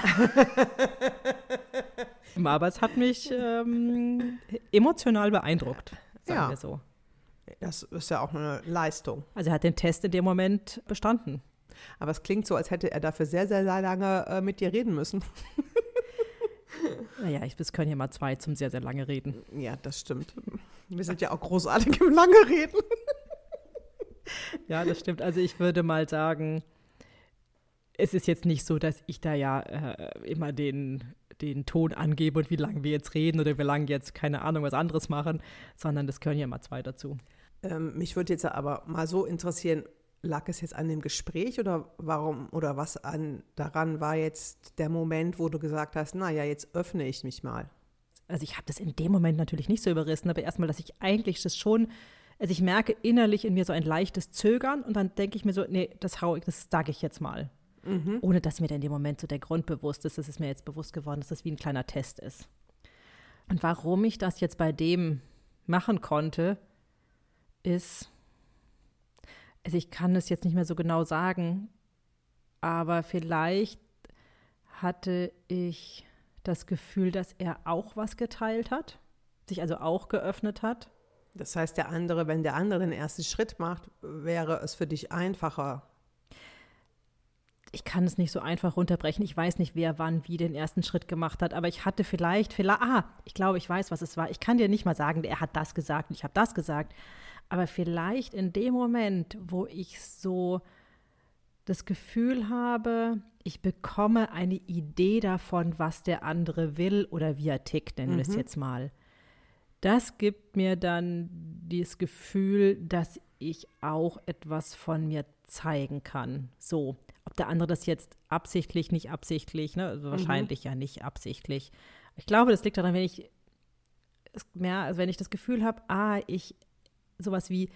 Aber es hat mich ähm, emotional beeindruckt, sagen ja. wir so. Das ist ja auch eine Leistung. Also er hat den Test in dem Moment bestanden. Aber es klingt so, als hätte er dafür sehr, sehr, sehr lange äh, mit dir reden müssen. Naja, ich, es können ja mal zwei zum sehr, sehr lange reden. Ja, das stimmt. Wir sind ja auch großartig im lange Reden. Ja, das stimmt. Also ich würde mal sagen, es ist jetzt nicht so, dass ich da ja äh, immer den, den Ton angebe und wie lange wir jetzt reden oder wie lange jetzt, keine Ahnung, was anderes machen, sondern das können ja mal zwei dazu. Ähm, mich würde jetzt aber mal so interessieren, lag es jetzt an dem Gespräch oder warum oder was an daran war jetzt der Moment, wo du gesagt hast, naja, jetzt öffne ich mich mal? Also ich habe das in dem Moment natürlich nicht so überrissen, aber erstmal, dass ich eigentlich das schon, also ich merke innerlich in mir so ein leichtes Zögern und dann denke ich mir so, nee, das hau ich, das sage ich jetzt mal. Mhm. Ohne dass mir dann in dem Moment so der Grund bewusst ist, das ist mir jetzt bewusst geworden, dass das wie ein kleiner Test ist. Und warum ich das jetzt bei dem machen konnte, ist, also ich kann es jetzt nicht mehr so genau sagen, aber vielleicht hatte ich das Gefühl, dass er auch was geteilt hat, sich also auch geöffnet hat. Das heißt, der andere, wenn der andere den ersten Schritt macht, wäre es für dich einfacher. Ich kann es nicht so einfach runterbrechen. Ich weiß nicht, wer wann wie den ersten Schritt gemacht hat, aber ich hatte vielleicht, vielleicht, ah, ich glaube, ich weiß, was es war. Ich kann dir nicht mal sagen, er hat das gesagt und ich habe das gesagt. Aber vielleicht in dem Moment, wo ich so das Gefühl habe, ich bekomme eine Idee davon, was der andere will oder wie er tickt, nennen wir es jetzt mal. Das gibt mir dann das Gefühl, dass ich auch etwas von mir zeigen kann. So, ob der andere das jetzt absichtlich, nicht absichtlich, ne? Also wahrscheinlich mhm. ja nicht absichtlich. Ich glaube, das liegt daran, wenn ich mehr, also wenn ich das Gefühl habe, ah, ich sowas wie,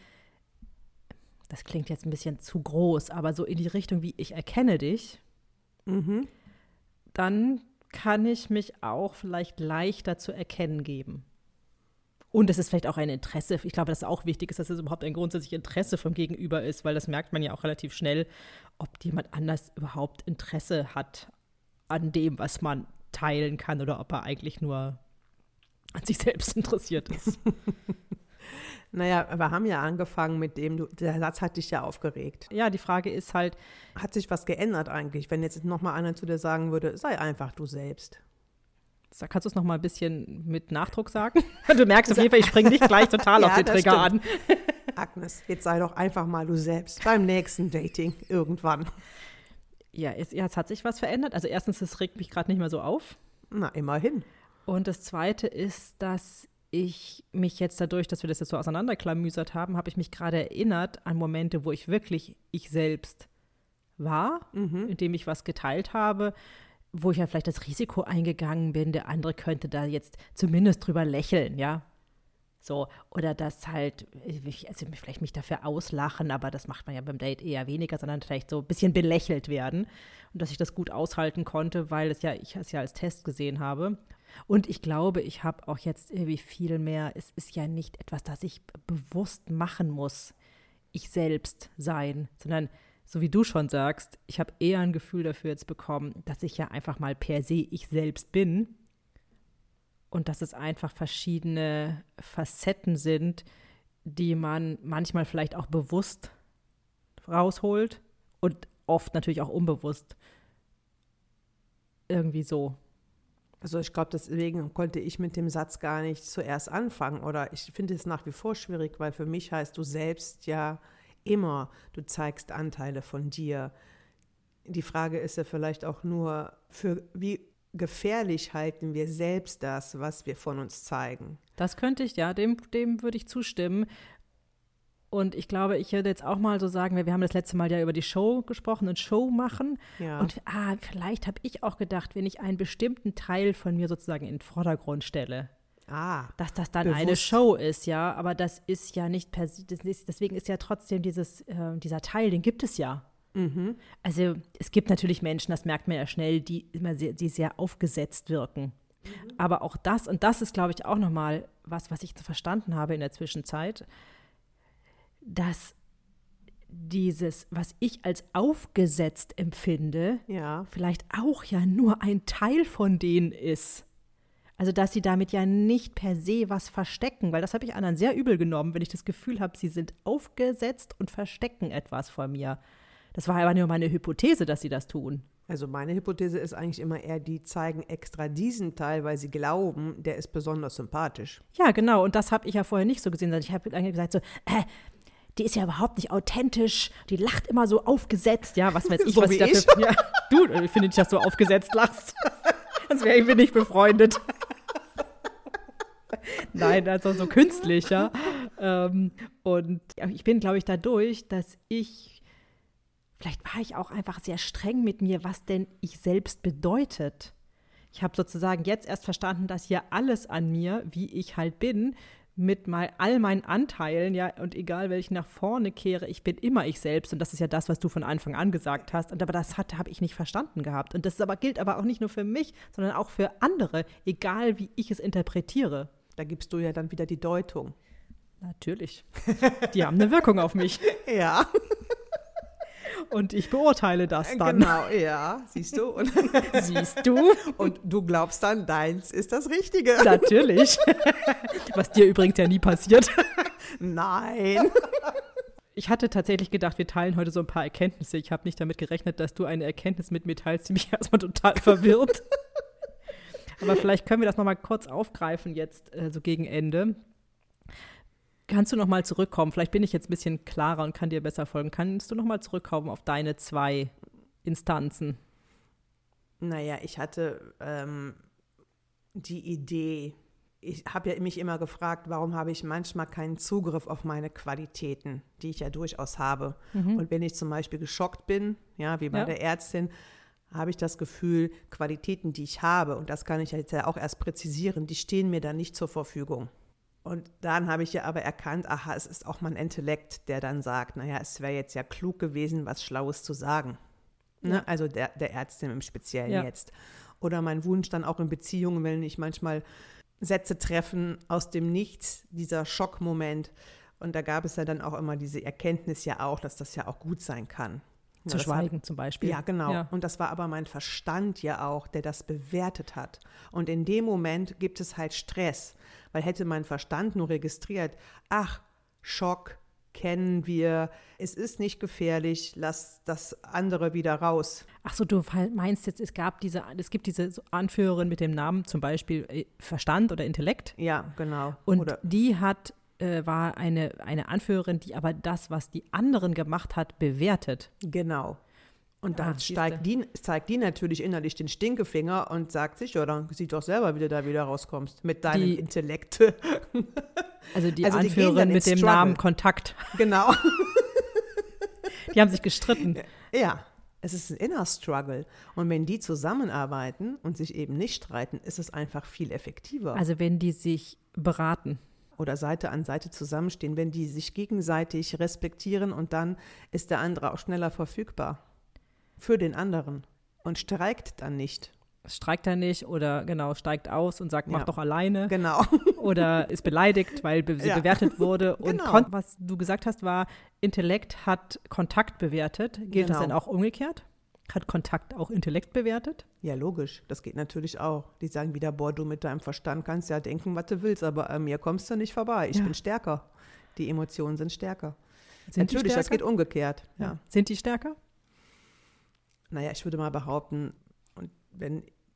das klingt jetzt ein bisschen zu groß, aber so in die Richtung wie ich erkenne dich, mhm. dann kann ich mich auch vielleicht leichter zu erkennen geben. Und es ist vielleicht auch ein Interesse, ich glaube, dass es auch wichtig ist, dass es überhaupt ein grundsätzliches Interesse vom Gegenüber ist, weil das merkt man ja auch relativ schnell, ob jemand anders überhaupt Interesse hat an dem, was man teilen kann oder ob er eigentlich nur an sich selbst interessiert ist. Naja, wir haben ja angefangen mit dem, du, der Satz hat dich ja aufgeregt. Ja, die Frage ist halt, hat sich was geändert eigentlich, wenn jetzt nochmal einer zu dir sagen würde, sei einfach du selbst? Kannst du es nochmal ein bisschen mit Nachdruck sagen? Du merkst auf jeden Fall, ich springe nicht gleich total ja, auf den Trigger an. Agnes, jetzt sei doch einfach mal du selbst beim nächsten Dating irgendwann. Ja, es, ja, es hat sich was verändert. Also erstens, es regt mich gerade nicht mehr so auf. Na, immerhin. Und das Zweite ist, dass ich mich jetzt dadurch, dass wir das jetzt so auseinanderklamüsert haben, habe ich mich gerade erinnert an Momente, wo ich wirklich ich selbst war, mhm. indem ich was geteilt habe, wo ich ja vielleicht das Risiko eingegangen bin, der andere könnte da jetzt zumindest drüber lächeln, ja. So, oder das halt, also vielleicht mich dafür auslachen, aber das macht man ja beim Date eher weniger, sondern vielleicht so ein bisschen belächelt werden. Und dass ich das gut aushalten konnte, weil es ja, ich es ja als Test gesehen habe. Und ich glaube, ich habe auch jetzt irgendwie viel mehr, es ist ja nicht etwas, das ich bewusst machen muss, ich selbst sein, sondern so wie du schon sagst, ich habe eher ein Gefühl dafür jetzt bekommen, dass ich ja einfach mal per se ich selbst bin und dass es einfach verschiedene Facetten sind, die man manchmal vielleicht auch bewusst rausholt und oft natürlich auch unbewusst. Irgendwie so. Also ich glaube, deswegen konnte ich mit dem Satz gar nicht zuerst anfangen. Oder ich finde es nach wie vor schwierig, weil für mich heißt du selbst ja immer, du zeigst Anteile von dir. Die Frage ist ja vielleicht auch nur, für wie gefährlich halten wir selbst das, was wir von uns zeigen. Das könnte ich, ja, dem, dem würde ich zustimmen. Und ich glaube, ich würde jetzt auch mal so sagen, wir haben das letzte Mal ja über die Show gesprochen und Show machen. Ja. Und ah, vielleicht habe ich auch gedacht, wenn ich einen bestimmten Teil von mir sozusagen in den Vordergrund stelle, ah, dass das dann bewusst. eine Show ist, ja. Aber das ist ja nicht per se, deswegen ist ja trotzdem dieses, äh, dieser Teil, den gibt es ja. Mhm. Also es gibt natürlich Menschen, das merkt man ja schnell, die immer sehr, die sehr aufgesetzt wirken. Mhm. Aber auch das, und das ist, glaube ich, auch nochmal was, was ich verstanden habe in der Zwischenzeit, dass dieses, was ich als aufgesetzt empfinde, ja. vielleicht auch ja nur ein Teil von denen ist. Also, dass sie damit ja nicht per se was verstecken, weil das habe ich anderen sehr übel genommen, wenn ich das Gefühl habe, sie sind aufgesetzt und verstecken etwas vor mir. Das war aber nur meine Hypothese, dass sie das tun. Also meine Hypothese ist eigentlich immer eher, die zeigen extra diesen Teil, weil sie glauben, der ist besonders sympathisch. Ja, genau. Und das habe ich ja vorher nicht so gesehen. Ich habe lange gesagt so, äh, die ist ja überhaupt nicht authentisch, die lacht immer so aufgesetzt. Ja, was weiß ich, so was wie ich dafür. ich. Ja, du, ich finde nicht, dass du aufgesetzt lachst. Sonst wären wir nicht befreundet. Nein, also so künstlich, ja. Ähm, und ich bin, glaube ich, dadurch, dass ich, vielleicht war ich auch einfach sehr streng mit mir, was denn ich selbst bedeutet. Ich habe sozusagen jetzt erst verstanden, dass hier alles an mir, wie ich halt bin, mit mal all meinen Anteilen, ja, und egal welchen nach vorne kehre, ich bin immer ich selbst. Und das ist ja das, was du von Anfang an gesagt hast. Und aber das habe ich nicht verstanden gehabt. Und das aber, gilt aber auch nicht nur für mich, sondern auch für andere, egal wie ich es interpretiere. Da gibst du ja dann wieder die Deutung. Natürlich. Die haben eine Wirkung auf mich. Ja. Und ich beurteile das dann. Genau, ja, siehst du. Und siehst du. Und du glaubst dann, deins ist das Richtige. Natürlich. Was dir übrigens ja nie passiert. Nein. Ich hatte tatsächlich gedacht, wir teilen heute so ein paar Erkenntnisse. Ich habe nicht damit gerechnet, dass du eine Erkenntnis mit mir teilst, die mich erstmal total verwirrt. Aber vielleicht können wir das nochmal kurz aufgreifen jetzt, äh, so gegen Ende. Kannst du nochmal zurückkommen? Vielleicht bin ich jetzt ein bisschen klarer und kann dir besser folgen. Kannst du nochmal zurückkommen auf deine zwei Instanzen? Naja, ich hatte ähm, die Idee, ich habe ja mich immer gefragt, warum habe ich manchmal keinen Zugriff auf meine Qualitäten, die ich ja durchaus habe. Mhm. Und wenn ich zum Beispiel geschockt bin, ja, wie bei ja. der Ärztin, habe ich das Gefühl, Qualitäten, die ich habe, und das kann ich jetzt ja auch erst präzisieren, die stehen mir dann nicht zur Verfügung. Und dann habe ich ja aber erkannt, aha, es ist auch mein Intellekt, der dann sagt, naja, es wäre jetzt ja klug gewesen, was Schlaues zu sagen. Ja. Ne? Also der, der Ärztin im Speziellen ja. jetzt. Oder mein Wunsch dann auch in Beziehungen, wenn ich manchmal Sätze treffen aus dem Nichts, dieser Schockmoment. Und da gab es ja dann auch immer diese Erkenntnis ja auch, dass das ja auch gut sein kann. Zu ja, schweigen hat, zum Beispiel. Ja, genau. Ja. Und das war aber mein Verstand ja auch, der das bewertet hat. Und in dem Moment gibt es halt Stress, weil hätte mein Verstand nur registriert, ach, Schock, kennen wir, es ist nicht gefährlich, lass das andere wieder raus. Ach so, du meinst jetzt, es gab diese, es gibt diese Anführerin mit dem Namen zum Beispiel Verstand oder Intellekt? Ja, genau. Und oder die hat war eine, eine Anführerin, die aber das, was die anderen gemacht hat, bewertet. Genau. Und dann ah, steigt die, zeigt die natürlich innerlich den Stinkefinger und sagt sich, ja, dann sieh doch selber, wie du da wieder rauskommst mit deinem die, Intellekt. Also die also Anführerin die mit dem Struggle. Namen Kontakt. Genau. Die haben sich gestritten. Ja, es ist ein Inner Struggle. Und wenn die zusammenarbeiten und sich eben nicht streiten, ist es einfach viel effektiver. Also wenn die sich beraten. Oder Seite an Seite zusammenstehen, wenn die sich gegenseitig respektieren und dann ist der andere auch schneller verfügbar für den anderen und streikt dann nicht. Streikt er nicht oder genau, steigt aus und sagt, mach ja. doch alleine. Genau. Oder ist beleidigt, weil be- sie ja. bewertet wurde. Und genau. kon- was du gesagt hast, war, Intellekt hat Kontakt bewertet. Gilt genau. das denn auch umgekehrt? Hat Kontakt auch Intellekt bewertet? Ja, logisch. Das geht natürlich auch. Die sagen wieder, boah, du mit deinem Verstand kannst ja denken, was du willst, aber an mir kommst du nicht vorbei. Ich ja. bin stärker. Die Emotionen sind stärker. Sind natürlich, das geht umgekehrt. Ja. Ja. Sind die stärker? Naja, ich würde mal behaupten, und wenn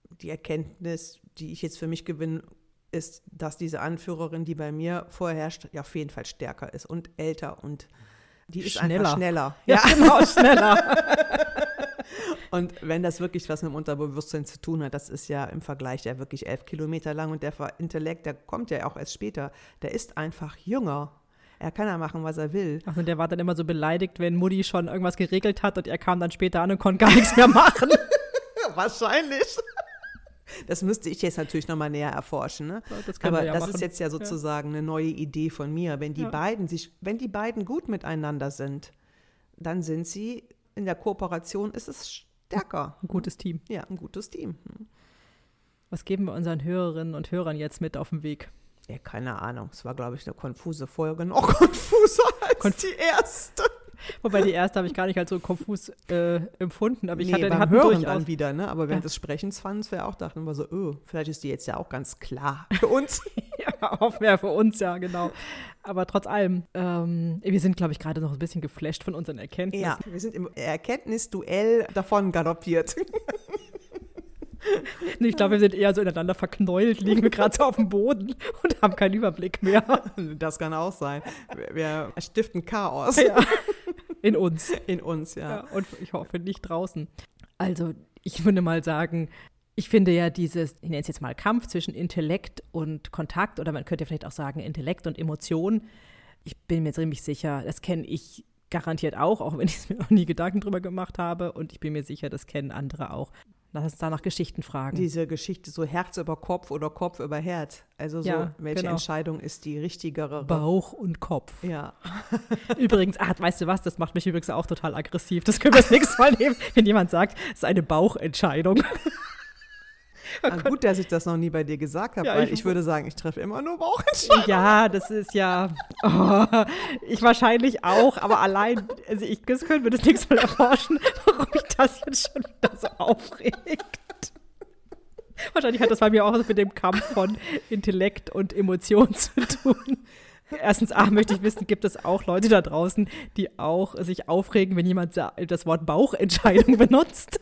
die Erkenntnis, die ich jetzt für mich gewinne, ist, dass diese Anführerin, die bei mir vorherrscht, ja auf jeden Fall stärker ist und älter und die ist schneller. einfach schneller. Ja, ja. Genau, schneller. Und wenn das wirklich was mit dem Unterbewusstsein zu tun hat, das ist ja im Vergleich ja wirklich elf Kilometer lang und der Intellekt, der kommt ja auch erst später, der ist einfach jünger. Er kann ja machen, was er will. Ach, und der war dann immer so beleidigt, wenn Mutti schon irgendwas geregelt hat und er kam dann später an und konnte gar nichts mehr machen. Wahrscheinlich. Das müsste ich jetzt natürlich nochmal näher erforschen. Ne? Ja, das können Aber wir ja das machen. ist jetzt ja sozusagen ja. eine neue Idee von mir. Wenn die ja. beiden sich, wenn die beiden gut miteinander sind, dann sind sie in der Kooperation, ist es stärker. Ein gutes Team. Ja, ein gutes Team. Was geben wir unseren Hörerinnen und Hörern jetzt mit auf den Weg? Ja, keine Ahnung. Es war, glaube ich, eine konfuse Folge. Noch konfuser als Konf- die erste. Wobei die erste habe ich gar nicht als so konfus äh, empfunden. Aber ich nee, hatte, beim hatten Hören durchaus dann wieder, ne? Aber während ja. des Sprechens fanden wir auch, dachten wir so, oh, vielleicht ist die jetzt ja auch ganz klar für uns. Ja, auch mehr für uns, ja, genau. Aber trotz allem, ähm, wir sind, glaube ich, gerade noch ein bisschen geflasht von unseren Erkenntnissen. Ja, wir sind im Erkenntnisduell davon galoppiert. Ich glaube, wir sind eher so ineinander verknäult, liegen wir gerade so auf dem Boden und haben keinen Überblick mehr. Das kann auch sein. Wir stiften Chaos. Ja. In uns. In uns, ja. ja. Und ich hoffe nicht draußen. Also, ich würde mal sagen, ich finde ja dieses, ich nenne es jetzt mal Kampf zwischen Intellekt und Kontakt, oder man könnte vielleicht auch sagen Intellekt und Emotion. Ich bin mir ziemlich sicher, das kenne ich garantiert auch, auch wenn ich mir noch nie Gedanken drüber gemacht habe. Und ich bin mir sicher, das kennen andere auch. Lass uns da nach Geschichten fragen. Diese Geschichte so Herz über Kopf oder Kopf über Herz. Also so, ja, welche genau. Entscheidung ist die richtigere? Bauch und Kopf. Ja. Übrigens, ach, weißt du was, das macht mich übrigens auch total aggressiv. Das können wir das nächste Mal nehmen, wenn jemand sagt, es ist eine Bauchentscheidung. Oh ah, gut, dass ich das noch nie bei dir gesagt habe, ja, weil ich, ich würde sagen, ich treffe immer nur Bauchentscheidungen. Ja, das ist ja, oh, ich wahrscheinlich auch, aber allein, also ich, das können wir das nächste Mal erforschen, warum mich das jetzt schon wieder so aufregt. Wahrscheinlich hat das bei mir auch mit dem Kampf von Intellekt und Emotion zu tun. Erstens, A, möchte ich wissen, gibt es auch Leute da draußen, die auch sich aufregen, wenn jemand das Wort Bauchentscheidung benutzt?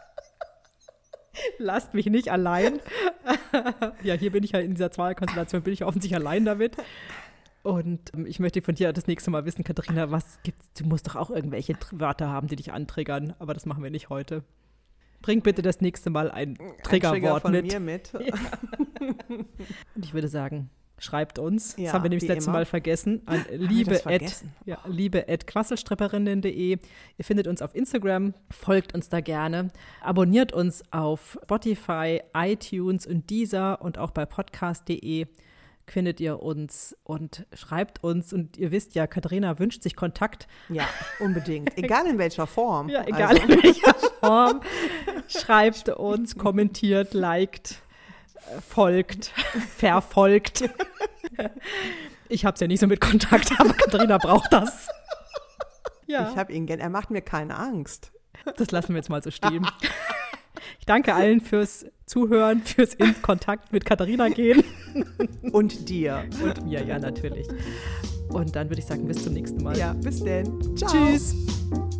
Lasst mich nicht allein. Ja, hier bin ich ja in dieser Zweierkonstellation, bin ich offensichtlich allein damit. Und ich möchte von dir das nächste Mal wissen, Katharina, was gibt's? Du musst doch auch irgendwelche Wörter haben, die dich antriggern, aber das machen wir nicht heute. Bring bitte das nächste Mal ein Triggerwort ein Trigger von mit. mir mit. Ja. Und ich würde sagen, schreibt uns, ja, das haben wir nämlich das letzte immer. Mal vergessen, an liebe at, ja, liebe at quasselstripperinnen punkt de. Ihr findet uns auf Instagram, folgt uns da gerne, abonniert uns auf Spotify, iTunes und Deezer und auch bei podcast punkt de findet ihr uns und schreibt uns. Und ihr wisst ja, Katharina wünscht sich Kontakt. Ja, unbedingt. Egal in welcher Form. Ja, egal also. in welcher Form. Schreibt uns, kommentiert, liked. Folgt, verfolgt. Ich hab's ja nicht so mit Kontakt, aber Katharina braucht das. Ja. Ich hab ihn gern, er macht mir keine Angst. Das lassen wir jetzt mal so stehen. Ich danke allen fürs Zuhören, fürs in Kontakt mit Katharina gehen. Und dir. Und mir, ja, natürlich. Und dann würde ich sagen, bis zum nächsten Mal. Ja, bis denn. Ciao. Tschüss.